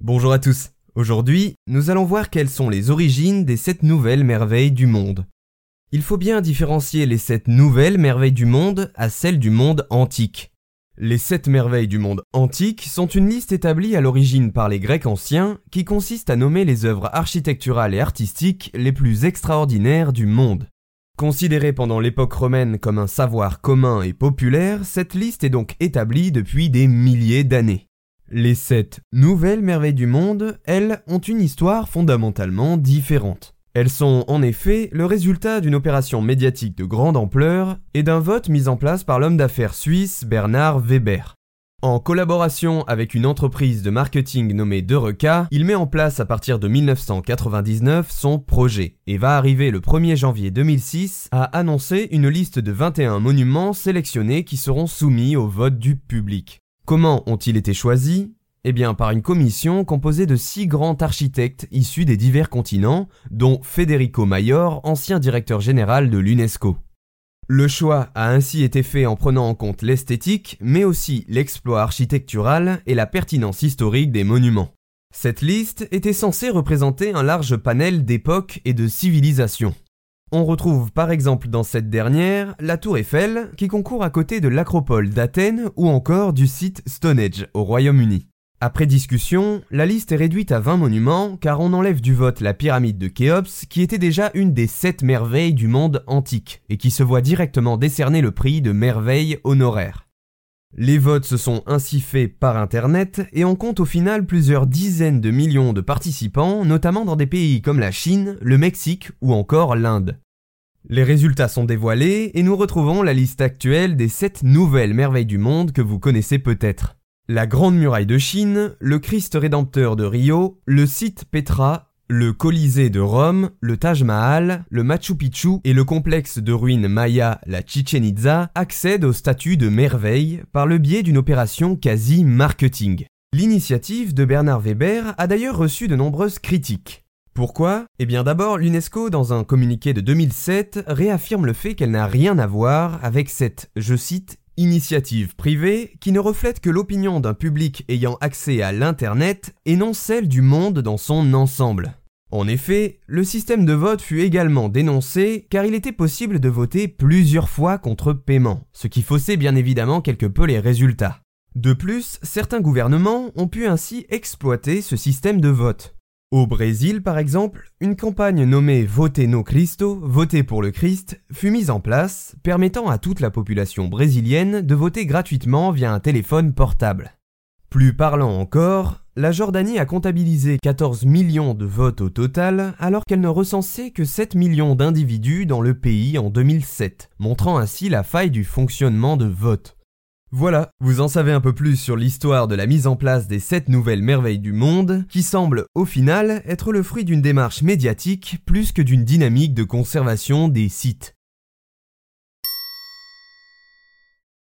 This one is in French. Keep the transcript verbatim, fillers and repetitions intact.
Bonjour à tous. Aujourd'hui, nous allons voir quelles sont les origines des sept nouvelles merveilles du monde. Il faut bien différencier les sept nouvelles merveilles du monde à celles du monde antique. Les sept merveilles du monde antique sont une liste établie à l'origine par les Grecs anciens qui consiste à nommer les œuvres architecturales et artistiques les plus extraordinaires du monde. Considérée pendant l'époque romaine comme un savoir commun et populaire, cette liste est donc établie depuis des milliers d'années. Les sept nouvelles merveilles du monde, elles, ont une histoire fondamentalement différente. Elles sont en effet le résultat d'une opération médiatique de grande ampleur et d'un vote mis en place par l'homme d'affaires suisse Bernard Weber. En collaboration avec une entreprise de marketing nommée Dereka, il met en place à partir de mille neuf cent quatre-vingt-dix-neuf son projet et va arriver le premier janvier deux mille six à annoncer une liste de vingt et un monuments sélectionnés qui seront soumis au vote du public. Comment ont-ils été choisis ? Eh bien, par une commission composée de six grands architectes issus des divers continents, dont Federico Mayor, ancien directeur général de l'UNESCO. Le choix a ainsi été fait en prenant en compte l'esthétique, mais aussi l'exploit architectural et la pertinence historique des monuments. Cette liste était censée représenter un large panel d'époques et de civilisations. On retrouve par exemple dans cette dernière la tour Eiffel qui concourt à côté de l'acropole d'Athènes ou encore du site Stonehenge au Royaume-Uni. Après discussion, la liste est réduite à vingt monuments car on enlève du vote la pyramide de Khéops qui était déjà une des sept merveilles du monde antique et qui se voit directement décerner le prix de merveille honoraire. Les votes se sont ainsi faits par internet et on compte au final plusieurs dizaines de millions de participants, notamment dans des pays comme la Chine, le Mexique ou encore l'Inde. Les résultats sont dévoilés et nous retrouvons la liste actuelle des sept nouvelles merveilles du monde que vous connaissez peut-être. La Grande Muraille de Chine, le Christ Rédempteur de Rio, le site Petra, le Colisée de Rome, le Taj Mahal, le Machu Picchu et le complexe de ruines Maya, la Chichen Itza, accèdent au statut de merveille par le biais d'une opération quasi marketing. L'initiative de Bernard Weber a d'ailleurs reçu de nombreuses critiques. Pourquoi ? Eh bien d'abord, l'UNESCO, dans un communiqué de deux mille sept, réaffirme le fait qu'elle n'a rien à voir avec cette, je cite, initiative privée qui ne reflète que l'opinion d'un public ayant accès à l'Internet et non celle du monde dans son ensemble. En effet, le système de vote fut également dénoncé car il était possible de voter plusieurs fois contre paiement, ce qui faussait bien évidemment quelque peu les résultats. De plus, certains gouvernements ont pu ainsi exploiter ce système de vote. Au Brésil, par exemple, une campagne nommée Votez no Cristo, Votez pour le Christ, fut mise en place, permettant à toute la population brésilienne de voter gratuitement via un téléphone portable. Plus parlant encore, la Jordanie a comptabilisé quatorze millions de votes au total, alors qu'elle ne recensait que sept millions d'individus dans le pays en deux mille sept, montrant ainsi la faille du fonctionnement de vote. Voilà, vous en savez un peu plus sur l'histoire de la mise en place des sept nouvelles merveilles du monde, qui semble, au final, être le fruit d'une démarche médiatique plus que d'une dynamique de conservation des sites.